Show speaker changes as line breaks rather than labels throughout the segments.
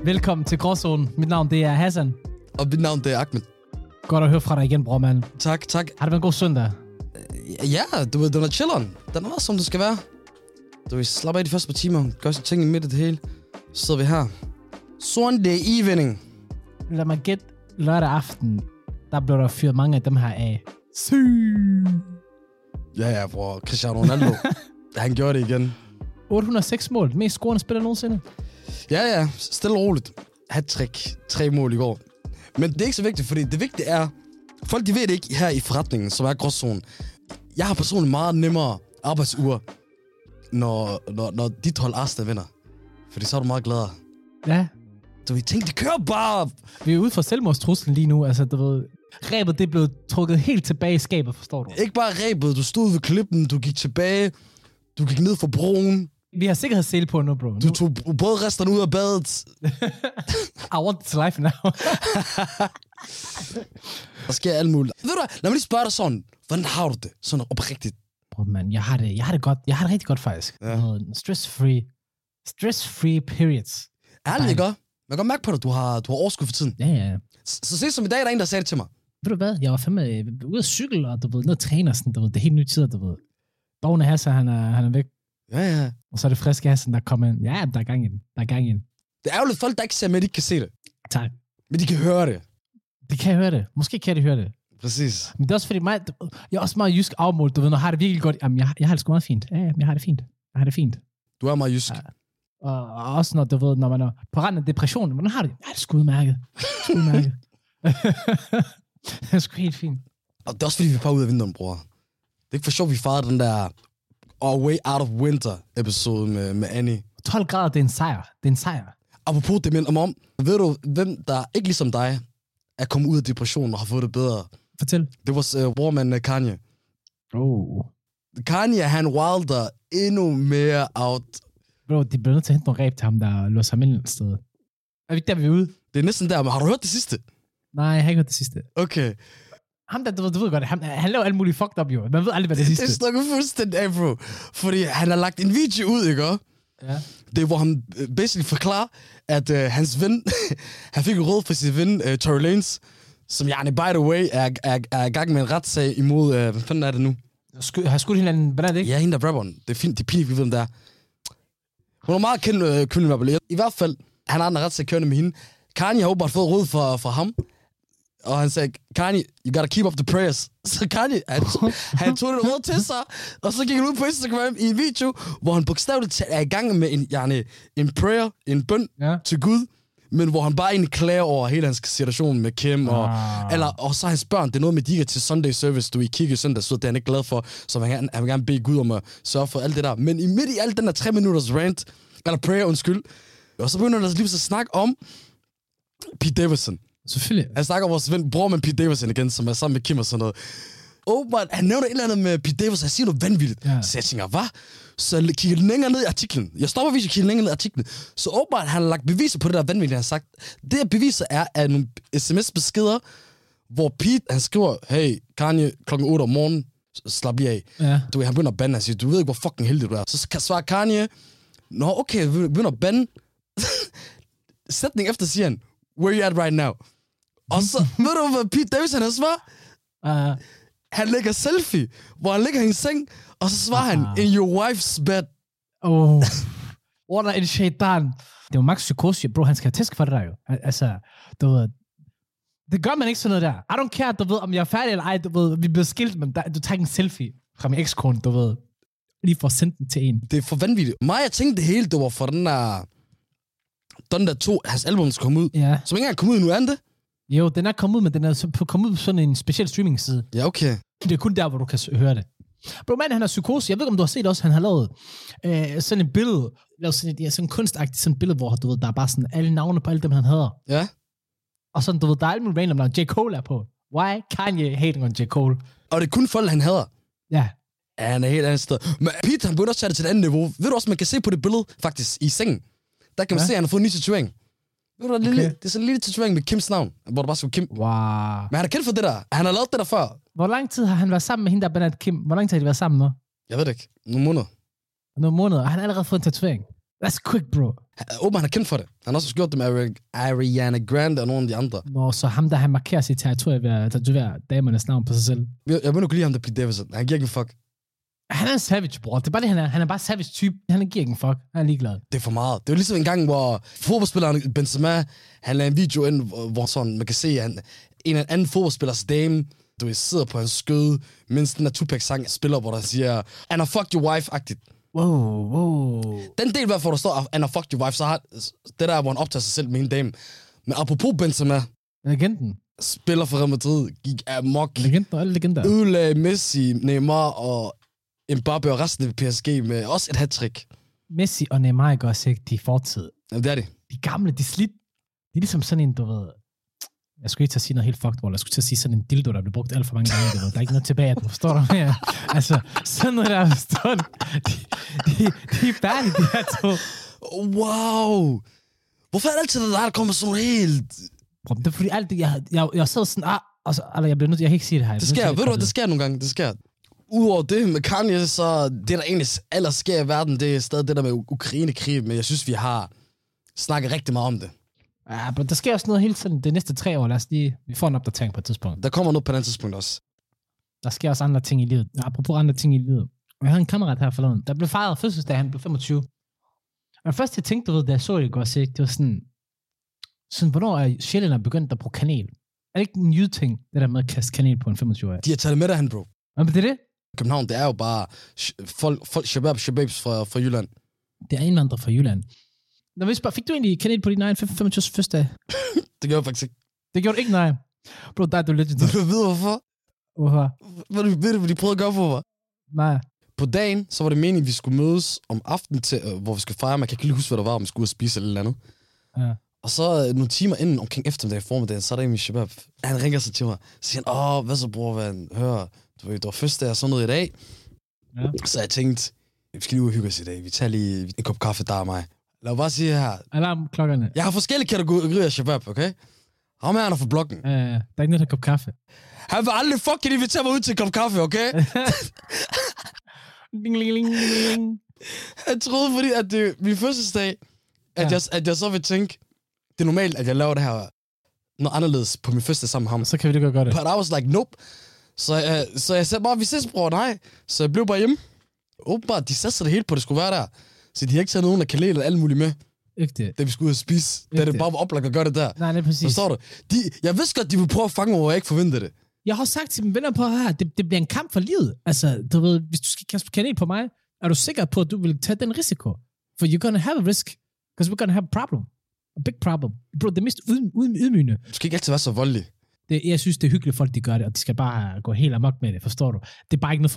Velkommen til Gråzonen. Mit navn det er Hassan.
Og mit navn det er Ahmed.
Godt at høre fra dig igen, bror, mand.
Tak.
Har det været en god søndag?
Ja, du ved, den er chilleren. Den er også, som det skal være. Du ved, slap af de første par timer. Gør sådan ting i midt af det hele. Så sidder vi her. Sunday evening.
Lad mig gætte. Lørdag aften, der blev der fyret mange af dem her af. Syg.
Ja, bror. Cristiano Ronaldo. Han gjorde det igen.
806 mål. Mest scorende spiller nogensinde.
Ja. Stille og roligt. Hat-trick. 3 mål i går. Men det er ikke så vigtigt, fordi det vigtige er... Folk, de ved det ikke her i forretningen, som er Gråzonen. Jeg har personligt meget nemmere arbejdsuger, når dit hold Arsenal vinder. Fordi så er du meget gladere.
Ja.
Så vi tænkte, det kører bare...
Vi er ude for selvmordstruslen lige nu. Altså, du ved... Rebet, det er blevet trukket helt tilbage i skabet, forstår du?
Ikke bare rebet. Du stod ved klippen, du gik tilbage, du gik ned for broen.
Vi har sikkerhedssele på nu, bro.
Du tog både resterne ud af badet.
I want this life now.
Der sker alt muligt. Ved du hvad, lad mig lige spørge dig sådan. Hvordan har du det? Sådan oprigtigt.
Bro, man, jeg har det godt. Jeg har det rigtig godt, faktisk.
Ja.
Stress-free periods.
Ærligt, ikke? Man kan godt mærke på dig, du har overskud for tiden.
Ja.
Så se som i dag, der er en, der sagde det til mig.
Ved du hvad? Jeg var fandme ude at cykle, og du ved, noget træner, sådan, du ved, det er helt nye tider, du ved. Dogne Hassan, han er væk.
Ja.
Og så er det friske Hassan, der kommer ind. Ja, der er gang i den.
Det er jo lidt folk, der ikke ser med, de ikke kan se det.
Tak.
Men de kan høre det.
De kan høre det. Måske kan de høre det.
Præcis.
Men det er også fordi mig, jeg er også meget jysk afmålt, du ved, når jeg har det virkelig godt. Jamen, jeg har det sgu meget fint. Ja, jeg har det fint.
Du er meget jysk.
Ja. Og også når, du ved, når man er på randen af depression, hvordan har det? Ja, det er sgu udmærket. Det er sgu helt fint.
Og det er også fordi, vi er bare ude af vinteren, bror. Det er ikke for sjovt, vi fejrede den der Our Way Out of Winter episode med Annie.
12 grader, det er en sejr.
Apropos det minder mig om, ved du, hvem der ikke ligesom dig er kommet ud af depressionen og har fået det bedre?
Fortæl.
Det var warmanden Kanye.
Oh.
Kanye, han wilder endnu mere out.
Bro, de bliver nødt til at hente nogle ræb til ham, der låser ham ind et sted. Er vi ikke der, vi er ude?
Det er næsten der, men har du hørt det sidste?
Nej, jeg har ikke hørt det sidste.
Okay.
Ham der, du ved godt, han laver alt muligt fucked up, jo. Man ved aldrig, hvad det sidste.
Det snakker fuldstændig af, bro. Fordi han har lagt en video ud, ikke?
Ja.
Det er, hvor han basically forklarer, at hans ven, han fik en råd fra sin ven, Tory Lanez, som by the way, er i gang med en retssag imod, hvad fanden er det nu?
Har skudt hinanden, hvordan er det ikke?
Ja, hende der rapperen. Det er fint, det er pinligt, vi ved, hvem det er. Hun er meget kendt kvindelig. I hvert fald, han har en retssag kørende med hende. Kanye har åbenbart fået råd fra ham. Og han sagde, Kanye, you gotta keep up the prayers. Så Kanye, han tog det råd til sig, og så gik han ud på Instagram i en video, hvor han bogstaveligt er i gang med en prayer, en bøn til Gud, men hvor han bare egentlig klager over hele hans situation med Kim, og så hans børn, det er noget med, de gik til Sunday service, du i kigge søndag, så det er han ikke glad for, så han vil gerne bede Gud om at sørge for alt det der. Men midt i alt den der 3 minutters rant, eller prayer, og så begynder der lige så at snakke om Pete Davidson.
Selvfølgelig.
Han snakker om vores ven, bror med Pete Davidson igen, som er sammen med Kim og sådan noget. Han nævner et eller andet med Pete Davidson, han siger noget vanvittigt. Ja. Så jeg tænker, hvad? Så kigger den længere ned i artiklen. Jeg stopper videoen og kigger længere ned i artiklen. Så åbenbart, han har lagt beviser på det der vanvittigt, han har sagt. Det her beviser er nogle sms-beskeder, hvor Pete, han skriver, hey, Kanye, 8:00 om morgenen, slap lige af. Ja. Du ved, han begynder at bande, han siger, du ved ikke, hvor fucking heldig du er. Så svarer Kanye, nå okay, vi begynder at bande. Sætning efter siger han, where you at right now? Og så, ved du, hvad Pete Davidson har svaret? Han lægger selfie, hvor han ligger i en seng, og så svarer han, in your wife's bed.
What en shaitan. Det var Max Psychosi, bro, han skal have tæsk for det der jo. Altså, du ved, det gør man ikke sådan noget der. I don't care, du ved, om jeg er færdig eller ej, du ved, vi bliver skilt, men du tager en selfie fra min ekskone, du ved, lige for at sende den til en. Det
er for vanvittigt. Jeg tænkte det hele, det var for den der 2, hans album skal komme ud, som ikke engang kom ud endnu, er det?
Jo, den er kommet ud, men den er kommet ud på sådan en speciel streaming-side.
Ja, okay.
Det er kun der, hvor du kan høre det. Bro, man, han har psykose. Jeg ved ikke, om du har set også, han har lavet sådan et billede, sådan en kunstagtigt sådan et billede, hvor du ved, der er bare sådan alle navne på alle dem, han hedder.
Ja.
Og sådan, du ved, der er alle mulige random navne. J. Cole er på. Why? Kanye hating on J. Cole.
Og det er kun folk, han hader.
Ja.
Ja, han er helt andet sted. Men Pete, han begynder også at tage det til et andet niveau. Ved du også, man kan se på det billede, faktisk, i sengen. Der kan man se, at han har fået en ny tatovering. Ved du, det er sådan en lille tatovering med Kims navn, hvor der bare skal Kim.
Wow.
Men han er kendt for det der. Han har lavet det der før.
Hvor lang tid har han været sammen med hende, der Bernard Kim? Hvor lang tid har de været sammen nu?
Jeg ved det ikke. Nogle måneder.
Nogle måneder. Og han har allerede fået en tatovering. That's quick, bro.
Han er kendt for det. Han har også gjort det med Ariana Grande og nogle af de andre.
Nå, så ham der, han markerer sit territorium ved at tatovere damernes navn på sig selv.
Jeg vil nu kunne lide ham, der Pete Davidson. Han giver ikke en fuck.
Han er en savage, bror. Det er bare det, han er. Han er bare savage type. Han giver ikke en fuck. Han er ligeglad.
Det er for meget. Det er jo ligesom en gang, hvor fodboldspilleren Benzema, han lavede en video ind, hvor sådan, man kan se, at en anden fodboldspillers dame, du ved, sidder på hans skøde, mens den der Tupac-sang spiller, hvor der siger, Anna fuck your wife-agtigt.
Wow.
Den del, hvorfor der står, Anna fuck your wife, så har det der, hvor han optager sig selv med en dame. Men apropos Benzema,
legenden.
Spiller for Real Madrid, gik amok.
Legender, alle legender.
Udlagde Messi, Neymar og Mbappé og resten af PSG med også et hat-trick.
Messi og Neymar er også ikke de fortid.
Jamen, det er det.
De gamle, de slidt. De er ligesom sådan en, du ved... Jeg skulle ikke til at sige noget helt fucked, jeg skulle til at sige sådan en dildo, der blev brugt alt for mange gange. Du ved. Der er ikke noget tilbage, du forstår dig mere. Altså, sådan noget der forstår du. De er færdige, de her to.
Wow. Hvorfor er det altid, der kommer sådan helt...
Bro, det er fordi alt det, jeg sad sådan, og så, altså, jeg bliver nødt til, jeg kan ikke sige det her.
Det sker, ved du, det sker nogle gange, det sker. Udover det med Kanye, så det, der egentlig ellers sker i verden, det er stadig det der med Ukraine-krig, men jeg synes, vi har snakket rigtig meget om det.
Ja, men der sker også noget hele tiden de næste 3 år. Lad os lige, vi får en opdatering på et tidspunkt.
Der kommer noget på et tidspunkt også.
Der sker også andre ting i livet. Apropos andre ting i livet. Jeg havde en kammerat her forleden. Der blev fejret fødselsdag, han blev 25. Og det første, jeg tænkte, du ved, da jeg så det i går, det var sådan, hvornår er sjældent begyndt at bruge kanel? Er det ikke en jydeting, det der med at kaste kanel på en 25-årig?
De har taget med dig, bro.
Men det er det?
København, det er jo bare folk shababs fra Jylland.
Det er indvandrere fra Jylland. Nå, hvis bare, fik du egentlig kanel på din egen 25 års fødselsdag?
Det gjorde jeg faktisk ikke.
Det gjorde du ikke, nej. Bro, der er du lidt...
Du ved hvorfor?
Hvorfor?
Ved du, hvad de prøvede at gøre for mig?
Nej.
På dagen, så var det meningen, at vi skulle mødes om aftenen, til, hvor vi skulle fejre. Man kan ikke lige huske, hvad der var, om vi skulle ud og spise eller andet.
Ja.
Og så nogle timer inden, omkring eftermiddag formiddagen, så er der en min shabab. Han ringer så til mig. Så siger han, hvad så bror, hør, du var fødselsdag og sådan noget i dag.
Ja.
Så jeg tænkte, vi skal lige ud og hygge os i dag. Vi tager lige en kop kaffe, der og mig. Lad mig bare sige her.
Alarmklokkerne.
Jeg har forskellige kategorier af shabab, okay? Ham er fra blokken.
Der er ikke noget, der kop kaffe.
Han vil aldrig fucking invitere mig ud til en kop kaffe, okay?
Ding, ling, ling, ling.
Jeg troede, fordi at det er min fødselsdag, at jeg så vil tænke, det er normalt, at jeg laver det her noget anderledes på min fødselsdag sammen med ham.
Så kan vi det godt gøre det.
But I was like, nope. Så jeg sagde bare, vi ses, bror, nej. Så jeg blev bare hjemme. Åbenbart, de satte sig det hele på, det skulle være der. Så de har ikke taget nogen af kanel eller alt muligt med.
Ikke det.
Da vi skulle ud og spise. Da det bare var oplagt at gøre det der.
Nej, det er præcis.
Forstår du? Jeg vidste godt, de ville prøve at fange mig, hvor jeg ikke forventede det.
Jeg har sagt til mine venner på her, det bliver en kamp for livet. Altså, du ved, hvis du skal kaste kanel på mig, er du sikker på, at du vil tage den risiko? For you're gonna have a risk. Because we're gonna have a problem. A big problem. Bro, det er mest ydmygende.
Du skal ikke altid være så voldelig.
Jeg synes, det er hyggeligt, folk de gør det, og de skal bare gå helt amok med det, forstår du? Det er bare ikke noget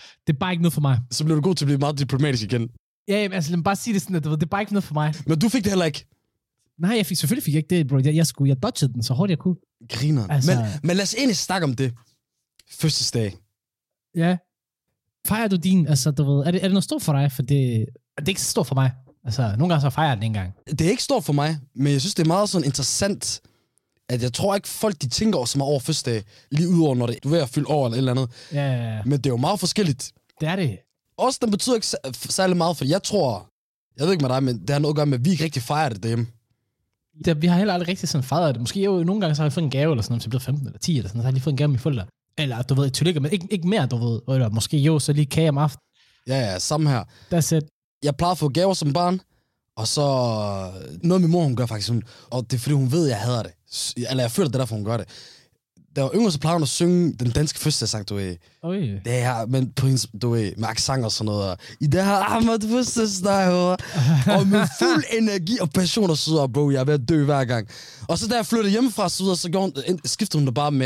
for mig. Så
bliver du god til at blive meget diplomatisk igen.
Ja, altså lad mig bare sige det sådan, at det er bare ikke noget for mig.
Men du fik det heller ikke?
Nej, selvfølgelig fik jeg ikke det, bro. Jeg dodgede den så hurtigt jeg kunne.
Griner. Altså... Men lad os egentlig snakke om det. Fødselsdag.
Ja. Fejrer du din, altså du ved, er det noget stort for dig? For det er ikke så stort for mig. Altså, nogle gange så fejrer jeg den en gang.
Det er ikke stort for mig, men jeg synes, det er meget sådan interessant, at jeg tror ikke, folk de tænker over så meget over fødselsdag, lige udover, når du er ved at fylde over eller et eller andet.
Ja.
Men det er jo meget forskelligt.
Det er det.
Også den betyder ikke særlig meget, for jeg ved ikke med dig, men det har noget at gøre med, at vi ikke rigtig fejrer det derhjemme.
Vi har heller aldrig rigtig sådan fejret det. Måske jo nogle gange så har jeg fået en gave eller sådan noget, så jeg blev 15 eller 10 eller sådan, så har jeg lige fået en gave med mine forældre. Eller du ved, tillykke, men ikke mere, du ved. Eller måske jo, så lige kage om aftenen.
Ja, samme her.
That's it.
Jeg plejede at få gaver som barn, og så noget min mor, hun gør faktisk. Og det er fordi, hun ved, at jeg hader det. Eller jeg føler, det er derfor, hun gør det. Da jeg var yngre, så plejede hun at synge den danske fødselsdagssang, du ved. Det her, men på hendes, du ved, med accent og sådan noget. I det her Ahmed fødselsdag, og med fuld energi og passion og så videre, bro. Jeg er ved at dø hver gang. Og så da jeg flyttede hjemmefra, så videre, så skiftede hun det bare med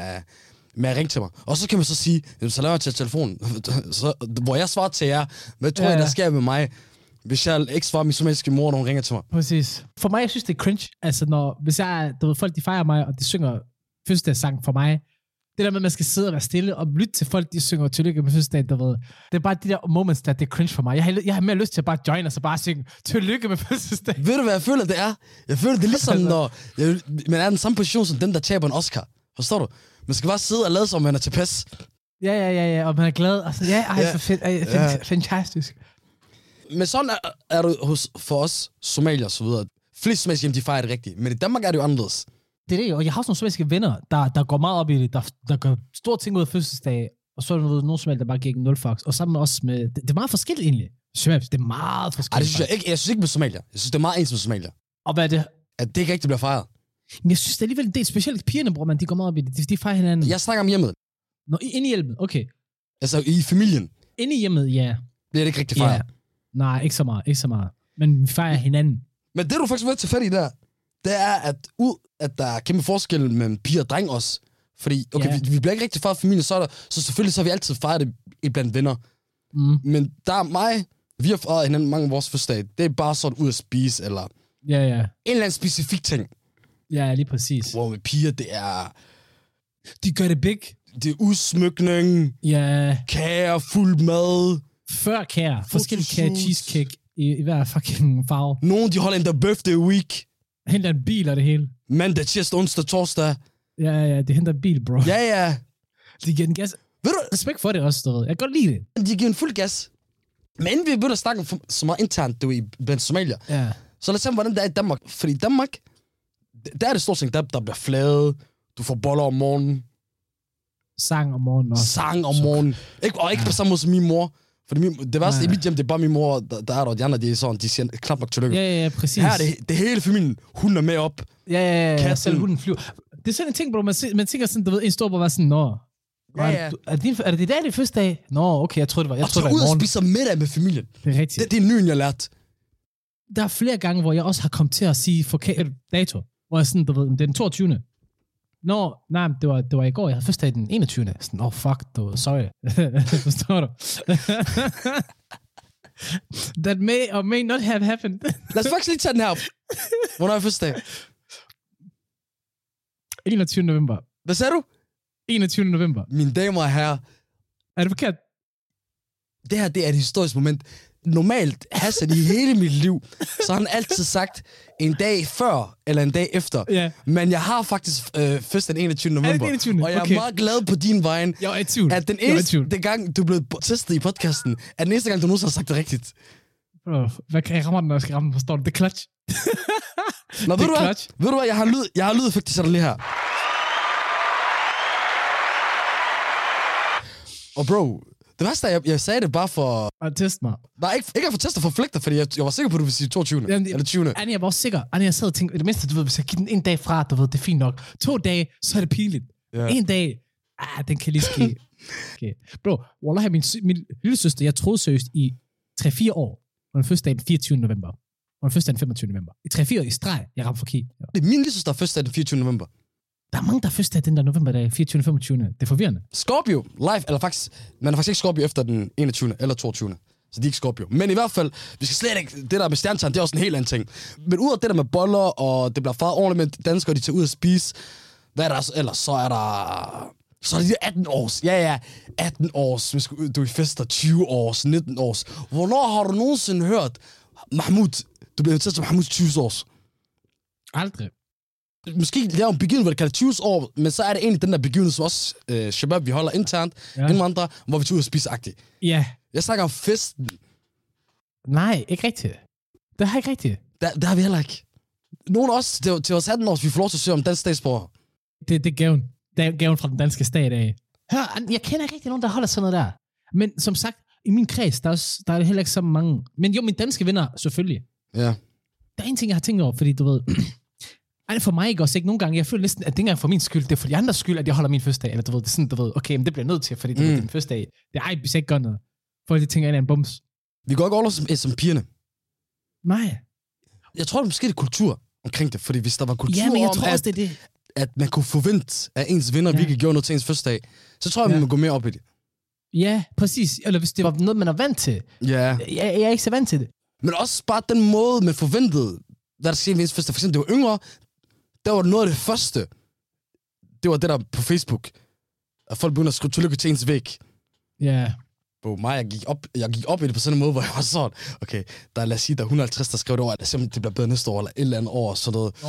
at ringe til mig. Og så kan man så sige, så laver jeg til telefonen. Så, hvor jeg svarer til jer, hvad tror I, der sker med mig? Hvis jeg ikke svarer min somaliske mor, når hun ringer til mig.
Præcis. For mig, jeg synes, det er cringe. Altså, hvis folk de fejrer mig, og de synger fødselsdagssang for mig. Det der med, at man skal sidde og være stille og lytte til folk, de synger tillykke med fødselsdagen, du ved. Det er bare de der moments, der det er cringe for mig. Jeg har mere lyst til at bare join og så bare synge tillykke med fødselsdagen.
Ved du, hvad jeg føler, det er? Jeg føler, det er ligesom, når man er i den samme position som den, der taber en Oscar. Forstår du? Man skal bare sidde og lade som, man er tilpas.
Ja, og man er glad. Altså, for fedt. Fantastisk.
Men sådan er det for os, somalier og så videre. Flest somaliske hjem, de fejrer det rigtigt. Men i Danmark er det jo anderledes.
Det er det, og jeg har også nogle somaliske venner, der går meget op i det, der gør store ting ud af fødselsdag, og så er der nogle somalier, der bare giver ikke 0 fucks. Og sammen også med... Det er meget forskelligt egentlig. Det er meget forskelligt.
Det synes jeg ikke. Jeg synes ikke med somalier. Jeg synes, det er meget ens med somalier.
Og hvad er det?
At det ikke rigtig bliver fejret.
Men jeg synes, det er alligevel en del, specielt pigerne, bror, man, de går meget op i det. De fejrer hinanden.
Jeg snakker om hjemmet.
Nå, inde i hjemmet, okay.
Altså i familien.
Inde i hjemmet, ja.
Det er det ikke rigtig fejret.
Ja. Nej, ikke så meget. Men vi fejrer hinanden.
Men det, du faktisk vil til fat i der, det er, at der er kæmpe forskel mellem piger og dreng også. Fordi, okay, vi bliver ikke rigtig fejret familien, så selvfølgelig så har vi altid fejret det blandt venner. Men der er mig, vi har fejret hinanden mange af vores fødselsdage. Det er bare sådan ud at spise, eller en eller anden specifik ting.
Ja, lige præcis.
Hvor med piger, det er...
De gør det big.
Det er udsmykning, kager, fuld mad.
Før kager, forskellige kager, cheesecake i hver fucking farve.
Nogen, de holder en der birthday week.
Henter en bil og det hele.
Mandag, tirsdag, onsdag, torsdag.
Ja, de henter en bil, bro.
Ja.
De giver en gas.
Ved du?
Respekt for det også, du ved. Jeg kan godt lide det.
De giver en fuld gas. Men inden vi begynder at snakke om så meget internt, du i blandt somalier, så lad os se, hvordan det er i Danmark. Fordi i Danmark, der er det stort ting, der bliver flaget. Du får boller om morgenen.
Sang om morgenen også.
Sang om morgenen. Ikke på samme måde som min mor. For det værste i mit hjem, det er bare min mor, der er der, og de andre, de er sådan, de siger knap nok tillykke.
Ja, præcis.
Her er det hele familien, hun er med op.
Ja, selv hunden flyver. Det er sådan en ting, bro, man tænker sådan, du ved, en stor bror var sådan, er det i dag, det første dag? Nå, okay, jeg troede, det var i morgen.
Og ud og spiser middag med familien.
Det er rigtigt.
Det er nyen, jeg lærte.
Der er flere gange, hvor jeg også har kommet til at sige forkert dato, hvor jeg sådan, du ved, det er den 22. Nå, nej, det var i går. Jeg havde første dag den 21. Sådan, fuck, sorry. Forstår du? That may or may not have happened.
Lad os faktisk lige tage den her op. Hvornår er første dag?
21. november.
Hvad sagde du?
21. november.
Mine damer og herrer.
Er det forkert?
Det her, det er et historisk moment. Normalt, Hassan i hele mit liv, så har han altid sagt en dag før, eller en dag efter.
Ja.
Men jeg har faktisk først den 21. november.
21.
Og jeg er meget glad på din vejen.
Jeg er i tvivl.
At den eneste gang, du blev testet i podcasten, er den eneste gang, du nogensinde har sagt det rigtigt.
Bro, hvad kan jeg ramme den, når jeg skal ramme den? Forstår du? Det er clutch.
Nå, ved du hvad? Jeg har lyd faktisk sådan lige her. Og bro, det værste er, jeg sagde det bare for...
At teste mig.
Nej, ikke for teste, for flægter, fordi jeg var sikker på, at du ville sige 22. Eller 20.
Annie, jeg var også sikker. Annie, jeg sad og tænkte, det mindste, du ved, hvis jeg giver den en dag fra, du ved, det er fint nok. 2 dage, så er det pinligt. Ja. En dag, den kan lige ske. Okay. Bro, wallah, min lille søster, jeg troede seriøst i 3-4 år, og den første dag den 24. november. Og den første dag den 25. november. I 3-4 år i streg, jeg ramte for kig. Ja.
Det er min lille søster, der første dag den 24. november.
Der er mange, der første dag den der novemberdag, 24. 25. Det er forvirrende.
Scorpio, live, eller faktisk, man er faktisk ikke Scorpio efter den 21. eller 22. Så de er ikke Scorpio. Men i hvert fald, vi skal slet ikke, det der med stjernetegn, det er også en helt anden ting. Men ud af det der med boller, og det bliver faret ordentligt med danskere, de tager ud og spise, hvad er der ellers? Så er det de 18 års. Ja, 18 års. Du er i fester 20 års, 19 års. Hvornår har du nogensinde hørt Mahmoud? Du bliver inviteret til Mahmouds 20 års.
Aldrig.
Måske lave en begivenhed, hvor det kalder 20 år, men så er det egentlig den der begivenhed, som også Shabab, vi holder internt, indvandrere, hvor vi tager ud og spiser-agtigt.
Ja.
Jeg snakker om festen.
Nej, ikke rigtigt. Det har ikke rigtigt.
Det har vi heller ikke. Nogen også til vores 18 års, vi får lov til at søge om dansk statsborger.
Det er gaven. Det er gaven fra den danske stat af. Hør, jeg kender ikke rigtig nogen, der holder sådan noget der. Men som sagt, i min kreds, der er det heller ikke så mange. Men jo, mine danske venner, selvfølgelig.
Ja.
Der er en ting, jeg har tænkt over, fordi du ved... Ej, for mig ikke også ikke. Nogle gange, jeg føler næsten, at det ikke er for min skyld. Det er for de andres skyld, at jeg holder min fødselsdag. Eller du ved, det er sådan, du ved, okay, men det bliver nødt til, fordi det er din fødselsdag. Det er hvis jeg ikke gør noget. Folk de tænker, at jeg er en bums.
Vi går ikke over som pigerne.
Nej.
Jeg tror, det måske er kultur omkring det. Fordi hvis der var kultur
men jeg
om,
tror også, det er det.
At man kunne forvente, at ens venner virkelig gjorde noget til ens fødselsdag, så tror jeg, man må gå mere op i det.
Ja, præcis. Eller hvis det var noget, man er vant til.
Ja.
Jeg er ikke så vant til det.
Men også bare den måde, man forventede, hvad der skete ved ens fødselsdag. For eksempel, det var yngre, der var noget af det første. Det var det der på Facebook. At folk begyndte at skrive tillykke til ens væg.
Ja.
Bro, jeg gik op i det på sådan en måde, hvor jeg var sådan, okay, lad os sige, der er 150, der skrev det over, at det bliver bedre næste år, eller et eller andet år, og sådan noget.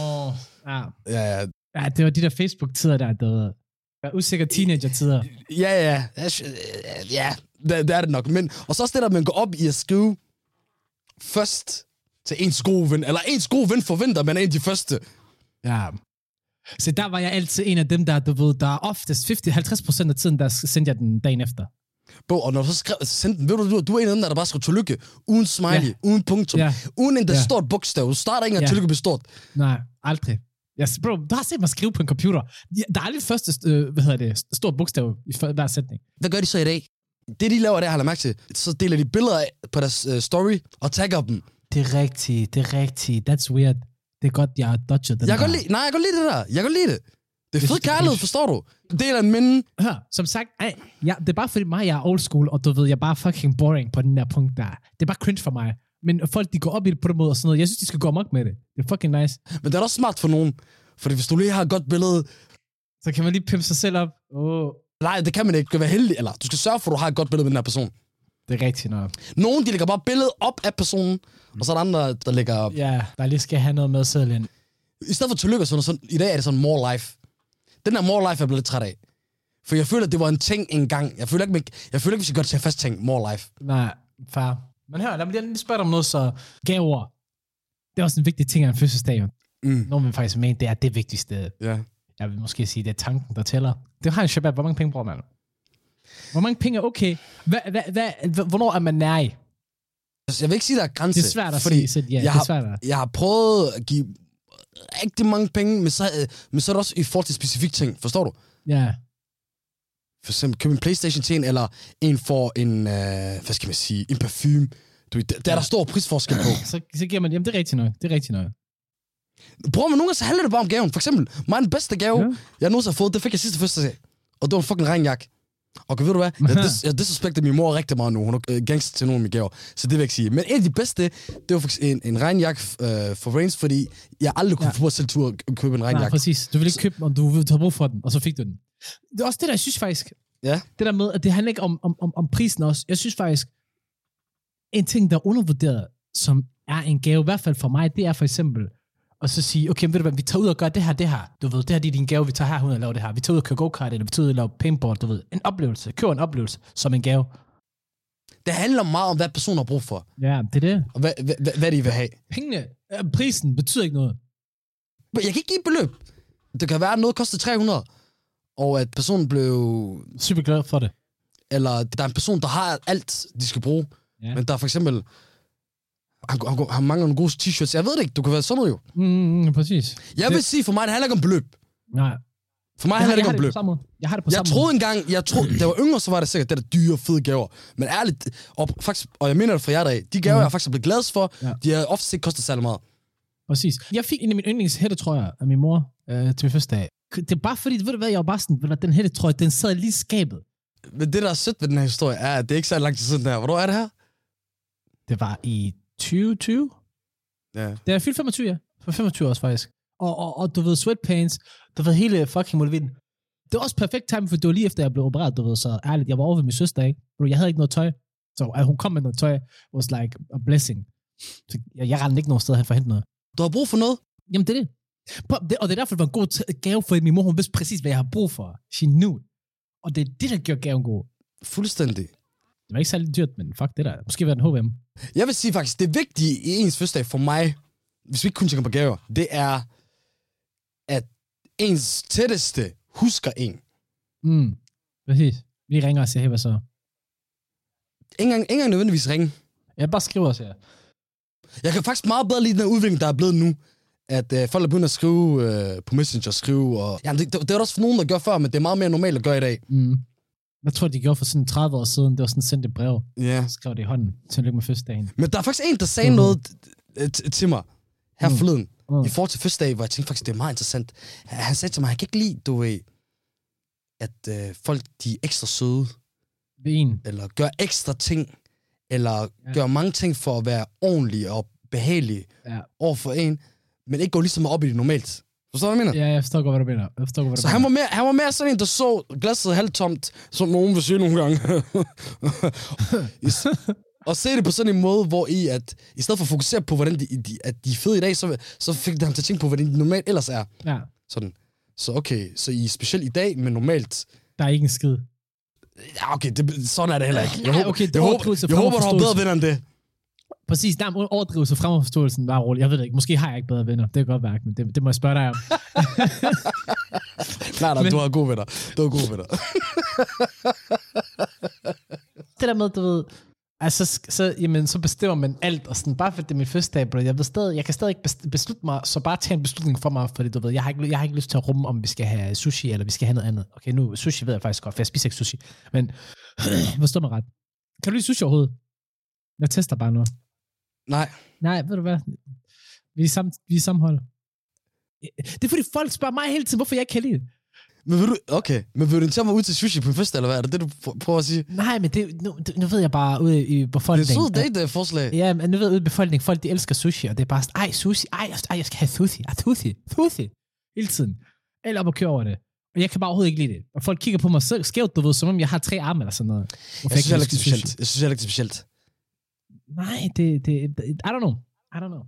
Ja. Ja, det var de der Facebook-tider der var usikre teenager-tider.
Ja, det er det nok. Men, og så også det der, man går op i at skrive først til ens gode ven, eller ens gode ven forventer, man er en af de første.
Ja. Så der var jeg altid en af dem, der, du ved, der er oftest 50% af tiden, der sendte jeg den dagen efter.
Bro, og når du så sendte den, ved du er en af dem, der bare skrev tillykke, uden smiley, uden punktum, uden en der stort bogstav. Du starter ikke engang tillykke med stort.
Nej, aldrig. Yes, bro, du har set mig skrive på en computer. Der er aldrig første, stort bogstav i hver sætning.
Hvad gør de så i dag? Det, de laver, det har jeg mærke til. Så deler de billeder på deres story og tagger dem.
Det er rigtigt. That's weird. Det er godt, jeg har dodget den
jeg kan lide det der. Jeg kan lide det. Det er fed kærlighed, forstår du? Det er en minde.
Hør, som sagt, det er bare fordi mig, jeg er old school, og du ved, jeg er bare fucking boring på den der punkt der. Det er bare cringe for mig. Men folk, de går op i det på den måde og sådan noget. Jeg synes, de skal gå amok med det. Det er fucking nice.
Men det er også smart for nogen. Fordi hvis du lige har et godt billede,
så kan man lige pimpe sig selv op.
Nej, det kan man ikke. Du skal være heldig. Eller du skal sørge for, at du har et godt billede med den her person.
Det er rigtigt nok.
Nogen, de lægger bare billedet op af personen, og så er der andre, der lægger...
Ja, der lige skal have noget med selv.
I stedet for tillykke og sådan, i dag er det sådan more life. Den der more life er jeg blevet lidt træt af. For jeg føler, at det var en ting engang. Jeg føler ikke, vi skal godt tage fast ting. More life.
Nej, fair. Men hør, lad mig lige spørge dig om noget, så gaver. Det er også en vigtig ting af en fødselsdag. Nogen vil faktisk mene, det er det vigtigste.
Ja.
Jeg vil måske sige, det er tanken, der tæller. Det har en shabab. Hvor mange penge bruger man? Hvor mange penge er okay? Hvornår er man nær i?
Jeg vil ikke sige, der er grænse.
Det er svært at sige. Ja,
jeg har prøvet at give rigtig mange penge, men så er det også i forhold til specifikke ting. Forstår du?
Ja.
For eksempel købe en PlayStation til en, eller en for en, hvad skal man sige, en parfume. Der er der stor prisforskel på.
Så giver man, jamen det er rigtigt noget.
Prøv med nogen, så handler det bare om gaven. For eksempel, mig den bedste gave, jeg nogensinde har fået, det fik jeg sidste fødselsdag. Og det var en fucking regnjakke. Og ved du hvad? Jeg disrespekter min mor rigtig meget nu. Hun er gangster til nogle af mine gaver. Så det vil jeg ikke sige. Men en af de bedste, det var faktisk en regnjakke for Reigns, fordi jeg aldrig kunne få på selv tur at købe en regnjakke.
Nej, præcis. Du vil ikke købe den, og du vil tage brug for den, og så fik du den. Det er også det, der jeg synes faktisk.
Ja.
Det der med, at det handler ikke om prisen også. Jeg synes faktisk, en ting, der er undervurderet, som er en gave, i hvert fald for mig, det er for eksempel, og så sige, okay, ved du hvad, vi tager ud og gør det her. Du ved, det her det er din gave, vi tager herud og laver det her. Vi tager ud og kører go-kart, eller vi tager ud og laver paintball, du ved. En oplevelse. Køber en oplevelse som en gave.
Det handler meget om, hvad personen har brug for.
Ja, det er det.
Og hvad de vil have.
Pengene, prisen betyder ikke noget.
Jeg kan ikke give et beløb. Det kan være, at noget koster 300, og at personen blev...
super glad for det.
Eller der er en person, der har alt, de skal bruge. Ja. Men der er for eksempel... Han mangler nogle gode t-shirts. Jeg ved det ikke. Du kan være sådan noget jo.
Præcis.
Jeg vil sige, for mig, det handler ikke om beløb.
Nej.
For mig handler det ikke om beløb.
Jeg har det på samme måde.
Jeg troede, da jeg var yngre, så var det sikkert det der dyre, fede gaver. Men ærligt, og jeg mener det fra jer af, de gaver, jeg faktisk er blevet glad for, de har ofte ikke kostet særlig meget.
Præcis. Jeg fik en af mine yndlingshættetrøjer af min mor til min første dag. Det er bare fordi, ved du hvad, jeg var bare sådan, den hættetrøje, den sad lige i skabet.
Men det, der er sødt ved den her historie, er, at det er ikke så lang tid siden der. Hvornår er det her?
Det var i 2020.
Ja.
Det er fyldt 25, ja. For 25 år faktisk. Og du ved, sweatpants, du ved, hele fucking målvinden. Det var også perfekt time, for det var lige efter, jeg blev opereret, du ved, så ærligt, jeg var over ved min søster, ikke? Jeg havde ikke noget tøj, så at hun kom med noget tøj, was like a blessing. Så jeg rendte ikke nogen sted hen for at hente noget.
Du har brug for noget?
Jamen, det er det. Og det er derfor, det var en god gave, for min mor, hun vidste præcis, hvad jeg har brug for. She knew. Og det er det, der gjorde gaven god.
Fuldstændig.
Det var ikke særlig dyrt, men fuck det der. Måske var det en H&M.
Jeg vil sige faktisk, det vigtige i ens fødselsdag for mig, hvis vi ikke kun tænker på gaver, det er, at ens tætteste husker en.
Præcis. Vi ringer og siger, hey, hvad så?
Ingen gang nødvendigvis ringe.
Jeg bare skriver os her.
Jeg kan faktisk meget bedre lide den her udvikling, der er blevet nu. At folk er begyndt at skrive på Messenger, og... Jamen, det er der også for nogen, der gør før, men det er meget mere normalt at gøre i dag.
Jeg tror, de gjorde for sådan 30 år siden. Det var sådan sendt et brev.
Ja.
Så skrev det i hånden. Tillykke med fødselsdagen.
Men der er faktisk en, der sagde noget til mig her forleden. I forhold til fødselsdag, hvor jeg tænkte faktisk, det er meget interessant. Han sagde til mig, han kan ikke lide, du ved, at folk, de er ekstra søde.
Ved en.
Eller gør ekstra ting. Eller gør mange ting for at være ordentlige og behagelige over for en. Men ikke gå lige så meget op i det normalt. Forstår du, hvad jeg mener?
Ja, jeg forstår godt, hvad du mener.
Så han var mere sådan en, der så glasset halvtomt, som nogen vil sige nogle gange. Og se det på sådan en måde, hvor at i stedet for at fokusere på, hvordan at de er fede i dag, så fik det ham til at tænke på, hvordan de normalt ellers er.
Ja.
Sådan. Så okay, så I er specielt i dag, men normalt...
Der er ikke en skid.
Ja, okay, sådan er det heller ikke. Jeg håber, du har bedre venner end det.
Præcis, der er overdrivelse frem og forståelsen. Bare roligt. Jeg ved det ikke. Måske har jeg ikke bedre venner. Det kan godt være, men det må jeg spørge dig om.
Nej, du har gode venner.
Det der med, du ved, altså, så bestemmer man alt, og sådan, bare fordi det er min fødselsdag, bro. Jeg kan stadig ikke beslutte mig, så bare tage en beslutning for mig, fordi du ved, jeg har ikke lyst til at rumme, om vi skal have sushi, eller vi skal have noget andet. Okay, nu, sushi ved jeg faktisk godt, for jeg spiser ikke sushi. Men, forstår mig ret. Kan du lide sushi overhovedet? Jeg tester bare noget. Nej, ved du hvad? Vi er sammenhold. Det er fordi folk spørger mig hele tiden, hvorfor jeg ikke kan lide det.
Men vil du invitere mig ud til sushi på fest, eller hvad? Er det du prøver at sige?
Nej, men nu ved jeg bare ude i befolkningen.
Det er sødt, det forslag.
Ja, men nu ved jeg ude i befolkningen, folk de elsker sushi, og det er bare sådan, sushi, jeg skal have sushi. Hele tiden. Eller op og køre over det. Og jeg kan bare overhovedet ikke lide det. Og folk kigger på mig så skævt, du ved, som om jeg har 3 arme eller sådan noget.
Jeg synes heller ikke, det er specielt.
Nej, det I don't know.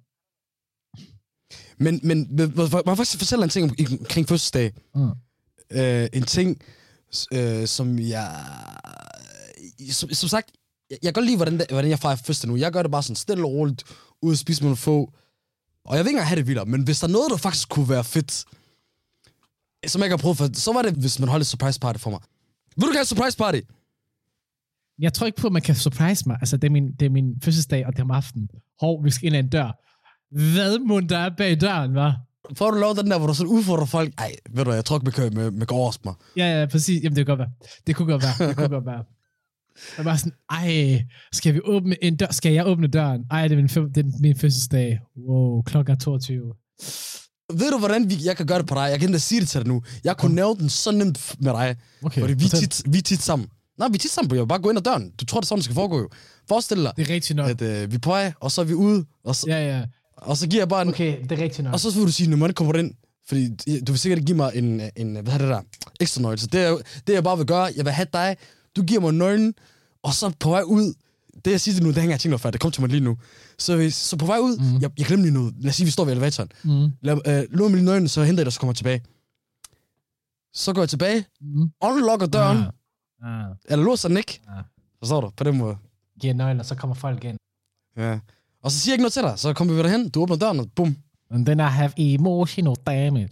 Men man faktisk fortælle en ting omkring fødselsdag. En ting, som jeg... Som sagt, jeg kan godt lide, hvordan jeg fejrer fødselsdag nu. Jeg gør det bare sådan stille og roligt, ud og spise med nogle få. Og jeg vil ikke engang have det vildere, men hvis der er noget, der faktisk kunne være fedt, som jeg kan prøve for, så var det, hvis man holdt et surprise party for mig. Vil du gerne have et surprise party?
Jeg tror ikke på, at man kan surprise mig. Altså, det er min fødselsdag, og det er om aftenen. Vi skal ind ad en dør. Hvad må der er bag døren, hva'?
Får du lov den der, hvor du sådan udfordrer folk? Ej, ved du, jeg tror ikke, man kan overraske mig.
Ja, præcis. Jamen, det kunne godt være. Det kunne godt være. Jeg var sådan, skal vi åbne en dør? Skal jeg åbne døren? Det er min fødselsdag. Wow, klokken er 22.
Ved du, hvordan jeg kan gøre det på dig? Jeg kan endda sige det til dig nu. Jeg kunne nævne den så nemt med dig.
Okay,
fordi vi er tit sammen. Nej, vi er tit sammen, jeg vil bare gå ind ad døren. Du tror, det er sådan, det skal foregå jo. Forestil dig,
det er rigtigt nok.
At vi er på vej, og så er vi ude. Og så,
ja.
Og så giver jeg bare en...
Okay, det er rigtigt nok.
Og så vil du sige, når man kommer ind, fordi du vil sikkert give mig en hvad er det der, ekstra nøgle. Så det jeg bare vil gøre, jeg vil have dig, du giver mig nøglen, og så på vej ud, det jeg siger til nu, det hænger jeg tænkt mig for, det kom til mig lige nu. Så på vej ud, jeg glemmer lige noget. Lad os sige, vi står ved elevatoren. Lån mig lige nøglen, så henter jeg dig, så kommer jeg tilbage. Så går jeg tilbage, unlocker døren, eller låser den ikke. Forstår du? På den måde.
Giver nøglen, og så kommer folk ind.
Ja. Og så siger jeg ikke noget til dig, så kommer vi derhen, du åbner døren, og bum.
And then I have emotional damage.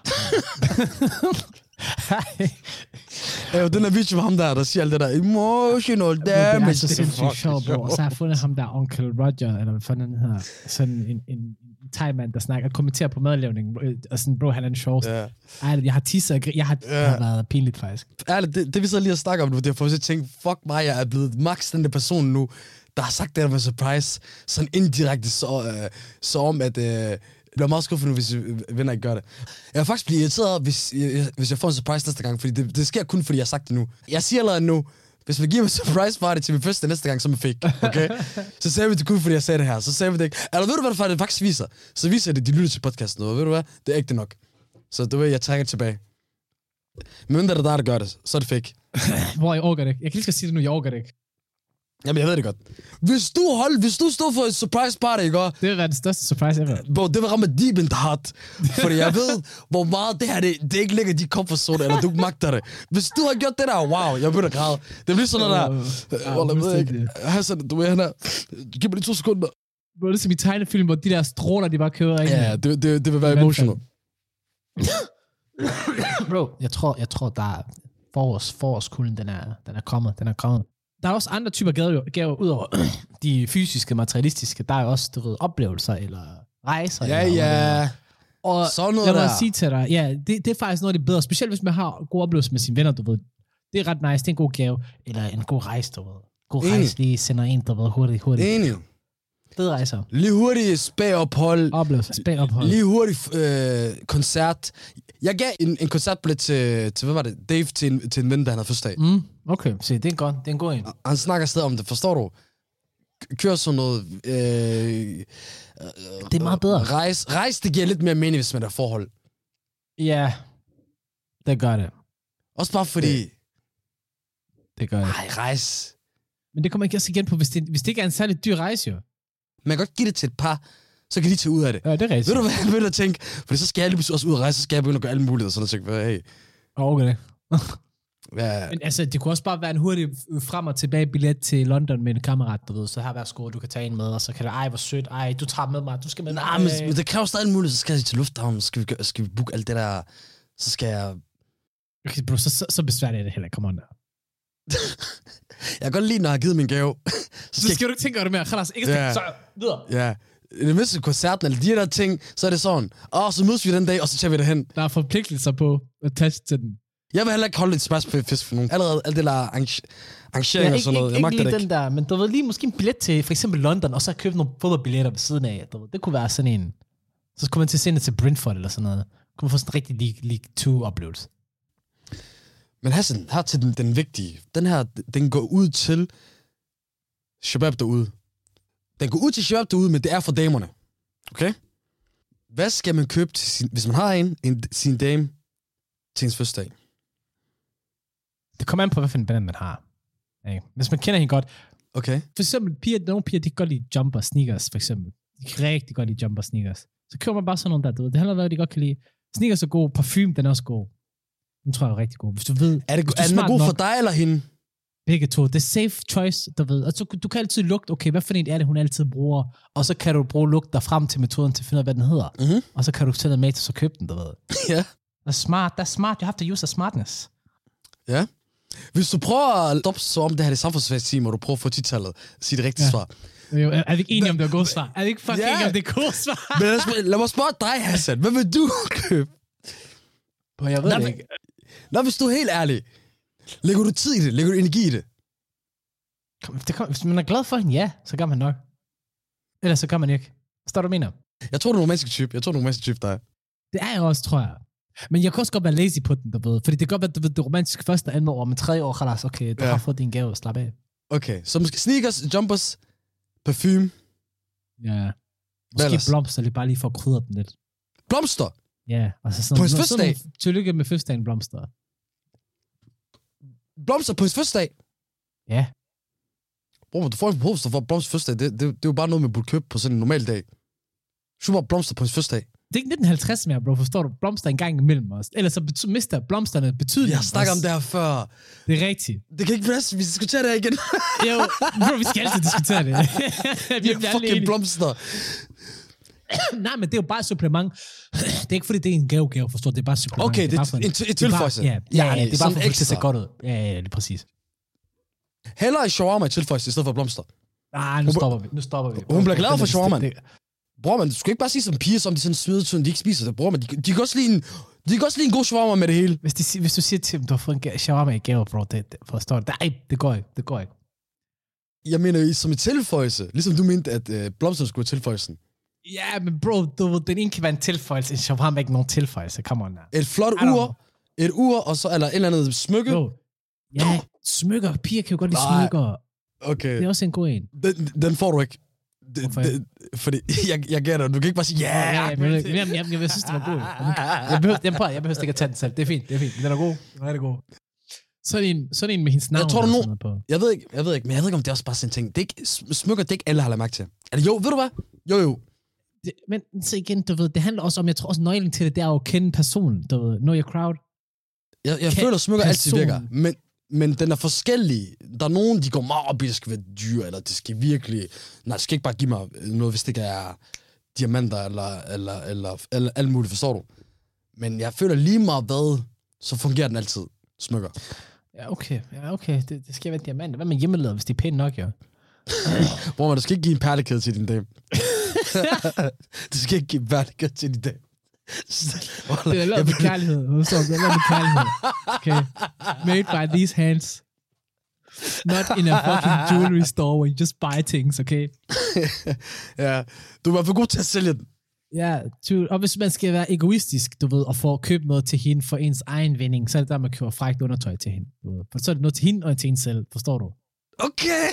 Den er video med ham der siger alt det der emotional damage.
Det er så sindssygt sjovt, bro. Og så har jeg fundet ham der, Onkel Roger, eller hvad fanden han hedder. Sådan en thai-mand, der snakker og kommenterer på madlavning. Og sådan, bro, han er den sjoveste. Yeah. Jeg har tisset, jeg har været pinligt faktisk. Ærligt,
det vi så lige at snakke om nu, det er for at tænke, fuck mig, jeg er blevet max den der person nu, der har sagt det der med surprise, sådan indirekte så om, at det bliver meget skuffende, hvis venner ikke gør det. Jeg vil faktisk blive irriteret, hvis jeg får en surprise næste gang, fordi det sker kun, fordi jeg har sagt det nu. Jeg siger allerede nu, hvis man giver mig surprise party til min første næste gang, som jeg fik, okay? Så sagde vi det kun, fordi jeg sagde det her. Så sagde vi det ikke. Eller ved du, hvad det faktisk viser? Så viser det, de lytter til podcasten, og ved du hvad? Det er ikke det nok. Så du ved, jeg trækker tilbage. Men mindre det der gør det, så er det fake.
Hvor jeg overgår det ikke. Jeg kan lige skal sige det nu, jeg overgår det ikke.
Jamen, jeg ved det godt. Hvis du stod for et surprise party, ikke?
Det vil være den største surprise ever.
Bro, det vil ramme deep in the heart. Fordi jeg ved, hvor meget det her, det ikke ligger i de comfort zone, eller du magter det. Hvis du har gjort det der, wow, jeg begynder at græde. Det bliver sådan noget der. Jeg ved ikke. Hassan, du er han her. Giv mig lige 2 sekunder.
Det er som i tegnefilm, hvor de der stråler, de bare kører ind.
Ja, det vil være emotional.
Bro, jeg tror, der er forårskulden, den er kommet. Der er også andre typer gaver udover de fysiske, materialistiske. Der er også, du ved, oplevelser eller rejser.
Ja.
Og
sådan noget
jeg vil sige til dig, ja, det er faktisk noget af det bedre. Specielt hvis man har gode oplevelser med sine venner, du ved. Det er ret nice, det er en god gave. Eller en god rejse, du ved. God rejse lige sender en, du ved, hurtigt.
Enig.
Fed rejser.
Lige hurtigt spagophold.
Oplevelser, spagophold.
Lige hurtigt koncert. Jeg gav en koncertbillet til hvad var det? Dave til en ven, der han havde fødselsdag.
Okay, se, det er en god en.
Han snakker stadig om det, forstår du? Kør sådan noget...
det er meget bedre.
Rejse, det giver lidt mere mening, hvis man er forhold.
Ja, det gør det.
Også bare fordi...
Det gør det.
Nej, rejse...
Men det kommer ikke også igen på, hvis det ikke er en særlig dyr rejse, jo.
Man kan godt give det til et par, så kan de tage ud af det.
Ja, det er rigtigt.
Ved du, hvad jeg begynder at tænke? Fordi så skal jeg lige også ud og rejse, så skal jeg begynde at gøre alle muligheder, sådan at tænke, hey.
Okay. Men altså, det kunne også bare være en hurtig frem og tilbage billet til London med en kammerat, du ved. Så her, værsgo, du kan tage en med, og så kan du, ej, hvor sødt, ej, du tager med mig, du skal med mig.
Nej, men det kræver stadig muligt, så skal jeg til lufthavnen, så skal vi booke alt det der, så skal jeg...
Okay, bro, så besværligt er det heller, come on der.
Jeg kan godt lide, når jeg har givet min gave.
Så skal du ikke tænke over det mere, khalas, ikke så videre.
Ja, i det mindste koncerten, eller de der ting, så er det sådan, så mødes vi den dag, og så tager vi derhen.
Der er forpligtelser på at touch til den.
Jeg vil heller ikke holde et smash-fisk for nogen. Allerede alt det der arrangering og sådan noget. Jeg magter det ikke.
Den der, men du ved lige måske en billet til for eksempel London, og så købe nogle fodboldbilletter ved siden af. Det kunne være sådan en. Så skulle man til sende til Brentford eller sådan noget. Kunne man få sådan en rigtig League 2-oplevelse.
Men Hassan, her til den vigtige. Den her, den går ud til Shabab derude. Den går ud til Shabab derude, men det er for damerne. Okay? Hvad skal man købe til hvis man har sin dame til ens første dag?
Det kommer an på, hvad for en band man har. Okay. Hvis man kender hende godt.
Okay.
For eksempel, nogle piger, de kan godt lide jumper sneakers, for eksempel. De kan rigtig godt lide jumper sneakers. Så køber man bare sådan nogle der, du ved. Det handler om, hvad de godt kan lide. Sneakers er god, parfume, den er også god. Den tror jeg er rigtig god. Hvis du ved...
Er den god for dig eller hende?
Begge to. Det er safe choice, du ved. Og så, du kan altid lugte, okay, hvad for en er det, hun altid bruger. Og så kan du bruge lugt der frem til metoden til at finde ud af, hvad den hedder.
Mm-hmm.
Og så kan du tage med til så købe den, du ved.
Ja.
Det er smart. You have to use the smartness.
Ja. Hvis du prøver at stoppe så om det her det samfundsfagsteam, og du prøver at få 10-tallet, sige det rigtige svar.
Er vi ikke enige om det er gode svar? Er vi ikke fucking enige om det er gode svar?
Men lad mig spørge dig, Hassan. Hvad vil du købe?
Jeg ved det ikke.
Nå, hvis du er helt ærlig. Lægger du tid i det? Lægger du energi i det?
Hvis man er glad for hende, ja, så gør man nok. Ellers så gør man ikke. Forstår du, hvad mener?
Jeg tror, du er en romantisk type. Der er.
Det er jeg også, tror jeg. Men jeg kan også godt være lazy på den, du ved. Fordi det kan godt være, du ved, det romantiske første og andet år, men 3 år, khalas, okay, du har fået din gave, slap af.
Okay, så måske sneakers, jumpers, parfume.
Ja. Måske blomster, lige bare lige for at krydre den lidt.
Blomster?
Ja, altså sådan
på hans fødselsdag?
Tillykke med fødselsdagen, blomster.
Blomster på hans fødselsdag?
Ja.
Bro, du får en blomster for blomster fødselsdag. Det er jo bare noget, man burde købe på sådan en normal dag. Så bare blomster på hans fødselsdag.
Det er ikke 1950 mere, bro. Forstår du? Blomster en gang imellem os. Ellers så mister blomsterne betydning.
Jeg snakker om det her før.
Det er rigtigt.
Det kan ikke passe, vi diskuterer det her igen.
Jo, bro, vi skal altid diskutere det.
Vi er fucking blomster.
Nej, men det er jo bare et supplement. Det er ikke fordi, det er en gave, forstår du? Det er bare et supplement.
Okay, det er en tilføjelse.
Ja, det er bare for at det ser godt ud. Ja, det er præcis.
Hellere i shawarma i tilføjelse, i stedet for blomster.
Nej, nu stopper vi.
Hun bliver glad for shawarma. Bror, man, du skal ikke bare sige som piger, som de sådan smider, de ikke spiser det. Bror, man, de kan også lide en god shawarma med det hele.
Hvis du siger til dem, du har fået en shawarma i gave, bro, det forstår du. Nej, det går ikke.
Jeg mener, som en tilføjelse. Ligesom du mente, at blomsterne skulle være tilføjelsen.
Ja, men bro, den ene kan være en tilføjelse. En shawarma er ikke nogen tilføjelse. Come on now.
Et flot ur, og så, eller et eller andet smykke.
Bro. Ja, smykker. Piger kan jo godt lide smykker.
Okay.
Det er også en god en.
Den får du ikke. Fordi jeg gætter, du kan ikke bare sige,
jeg synes, det var god. Jeg behøver ikke at tage den selv. Det er fint. Den er god. Den er god. Sådan en med hendes navn.
Jeg tror, på. Jeg ved ikke, men jeg ved ikke, om det er også bare sådan en ting. Det er ikke, smykker, det er ikke alle, har lagt mærke til. Eller jo, ved du hvad? Jo.
Men så igen, du ved, det handler også om, jeg tror også nøglen til det, det er at kende personen, du ved, know your crowd.
Jeg føler, at smykker altid virker, men den er forskellig. Der er nogen, de går meget op i, det skal være dyr, eller det skal virkelig... Nej, det skal ikke bare give mig noget, hvis det ikke er diamanter, eller alt muligt, forstår du? Men jeg føler lige meget hvad, så fungerer den altid, smykker.
Ja, okay. Det skal være diamanter. Hvad med hjemmelavet, hvis de er pæne nok, jo?
Bror, du skal ikke give en perlekæde til din dame. Du skal ikke give en perlekæde til din dame.
Det er lavet med kærlighed. Det er lavet med kærlighed. Okay. Made by these hands. Not in a fucking jewelry store where you just buy things, okay?
Ja, du er for god til at sælge den.
Ja, og hvis man skal være egoistisk, du ved, og få købt noget til hende for ens egen vinding, så er det der, man køber frækt undertøj til hende. For så er det noget til hende og til hende selv, forstår du?
Okay.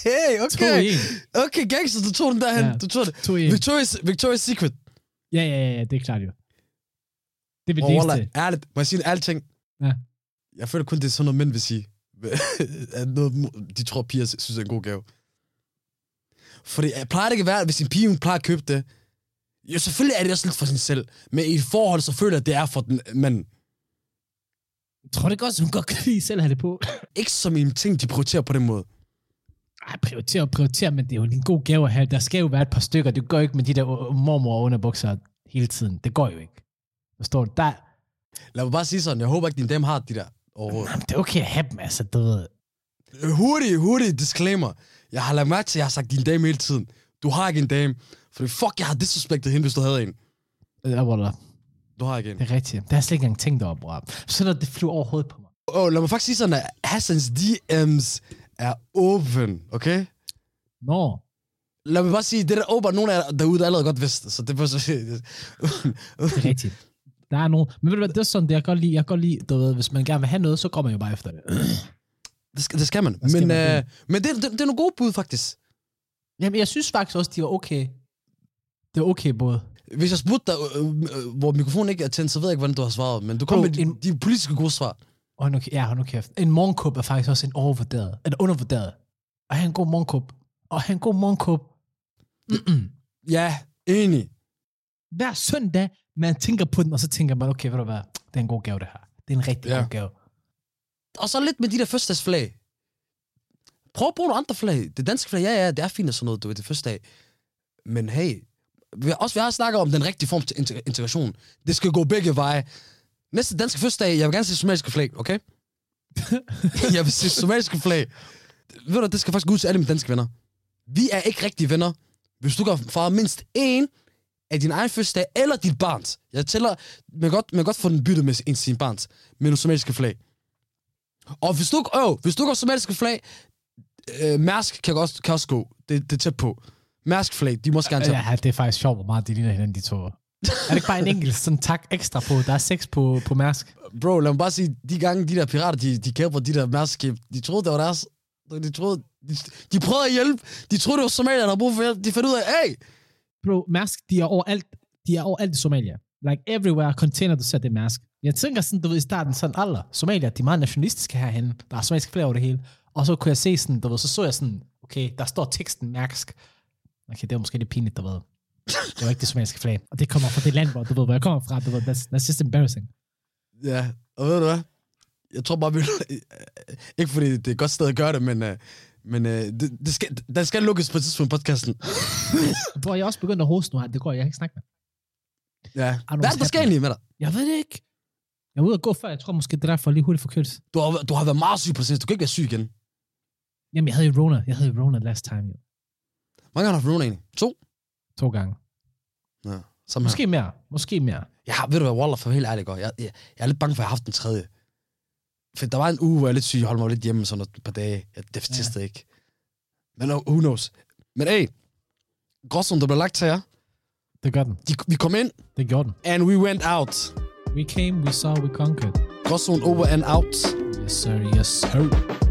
Okay, gangster, du tog den derhen.
Ja,
du tog det. Victoria's Secret.
Ja, det er klart jo. Det er det vigtigste.
Ærligt, må jeg sige en ærlig ting?
Ja.
Jeg føler kun, det er sådan noget, mænd vil sige. At noget, de tror, piger synes er en god gave. Fordi plejer det ikke at være, at hvis en pige, hun plejer at købe det, jo, selvfølgelig er det også lidt for sig selv, men i et forhold, så føler jeg, at det er for den mand.
Jeg tror det godt, hun godt kan lide selv have det på.
Ikke som en ting, de prioriterer på den måde.
Ej, prioriterer, men det er jo en god gave at have. Der skal jo være et par stykker. Det går ikke med de der mormor underbukser hele tiden. Det går jo ikke. Forstår du? Der...
Lad mig bare sige sådan, jeg håber ikke, din dame har de der overhovedet.
Jamen, det er okay at have dem, altså, du ved.
Hurtig disclaimer. Jeg har lagt mærke til, at jeg har sagt din dame hele tiden. Du har ikke en dame. Fordi fuck, jeg har disrespektet hende, hvis du havde en.
Ja, Wallah.
Du har ikke en.
Det er rigtigt. Det har jeg slet ikke engang tænkt over, bror. Så når det flyver over hovedet på mig.
Lad mig faktisk sige sådan, at Hassans DM's er open, okay?
Nå.
Lad mig bare sige, det der åber nogen af jer derude, der allerede godt vidste. Så det er bare så...
Det er rigtigt. Der er nogen... Men ved du hvad, det er sådan, det jeg godt lide, du ved, hvis man gerne vil have noget, så går man jo bare efter det.
Det skal man. Men det er nogle gode bud, faktisk.
Jamen, jeg synes faktisk også, de var okay. Det var okay både.
Hvis jeg spurgte dig, hvor mikrofonen ikke er tændt, så ved jeg ikke, hvordan du har svaret. Men du kom med de politiske gode svar.
Hold nu kæft. En morgenkåb er faktisk også en undervurderet. Og have en god morgenkåb.
Ja, enig.
Hver søndag, man tænker på den, og så tænker man, okay, ved du hvad, det er en god gave, det her. Det er en rigtig god gave.
Og så lidt med de der fødselsdagsflag. Prøv at bruge nogle andre flag. Det danske flag, ja, det er fint og sådan noget, du ved, det første dag. Men hey, vi har snakket om den rigtige form til integration. Det skal gå begge veje. Næste danske fødselsdag, jeg vil gerne se somaliske flag, okay? Jeg vil se somaliske flag. Ved du, det skal faktisk gå ud til alle mine danske venner. Vi er ikke rigtige venner, hvis du kan fejre mindst en af din egen fødselsdag, eller dit barns. Jeg tæller, man kan godt få den byttet med en sin barns, med nogle somaliske flag. Og hvis du går somaliske flag, Mærsk kan også gå. Det er tæt på. Mærsk flag, de må gerne tage.
Ja, det er faktisk sjovt, hvor meget de ligner hinanden, de to. Er det ikke bare en enkelt sådan tak ekstra på? Der er 6 på Mærsk.
Bro, lad mig bare sige, de gange de der pirater, de kæmper de der Mærsk-skib, de troede, det var deres. De prøvede at hjælpe. De troede, det var Somalia, der havde brug for hjælp. De fandt ud af, hey!
Bro, Mærsk, de er overalt i Somalia. Like everywhere, container, du ser det Mærsk. Jeg tænker sådan, du ved, i starten sådan, Somalia, de er meget nationalistiske herhenne. Der er somaliske flere over det hele. Og så kunne jeg se sådan, du ved, så jeg sådan, okay, der står teksten Mærsk. Okay, det var måske lidt pinligt, du ved. Det var ikke det somaliske flag. Og det kommer fra det land, hvor jeg kommer fra, du ved, that's just embarrassing.
Ja, og ved du hvad? Jeg tror bare, ikke fordi det er et godt sted at gøre det, men den skal lukkes på et tidspunkt podcasten.
Bro, jeg er også begyndt at hoste nu her. Det går jeg ikke snakke med.
Ja. Hvad er det, der skal egentlig med dig?
Jeg ved det ikke. Jeg er ude at gå før. Jeg tror måske, det er derfor lige hurtigt forkølelse.
Du har været meget syg på sidst. Du kan ikke være syg igen.
Jamen, jeg havde jo Rona last time, jo.
Hvor gange har du haft Rona egentlig?
2 gange.
Ja,
Måske mere.
Ja, ved du hvad, Waller, for helt ærligt godt. Jeg er lidt bange for, at jeg har haft den 3. For der var en uge, hvor jeg er lidt syg, holdt mig lidt hjemme sådan et par dage. Det testede ikke. Men who knows? Men hey, Gråzonen, der blev lagt til jer.
Det gør den.
Vi kom ind.
Det gjorde den.
And we went out.
We came, we saw, we conquered.
Gråzonen over and out.
Yes, sir. Yes, sir.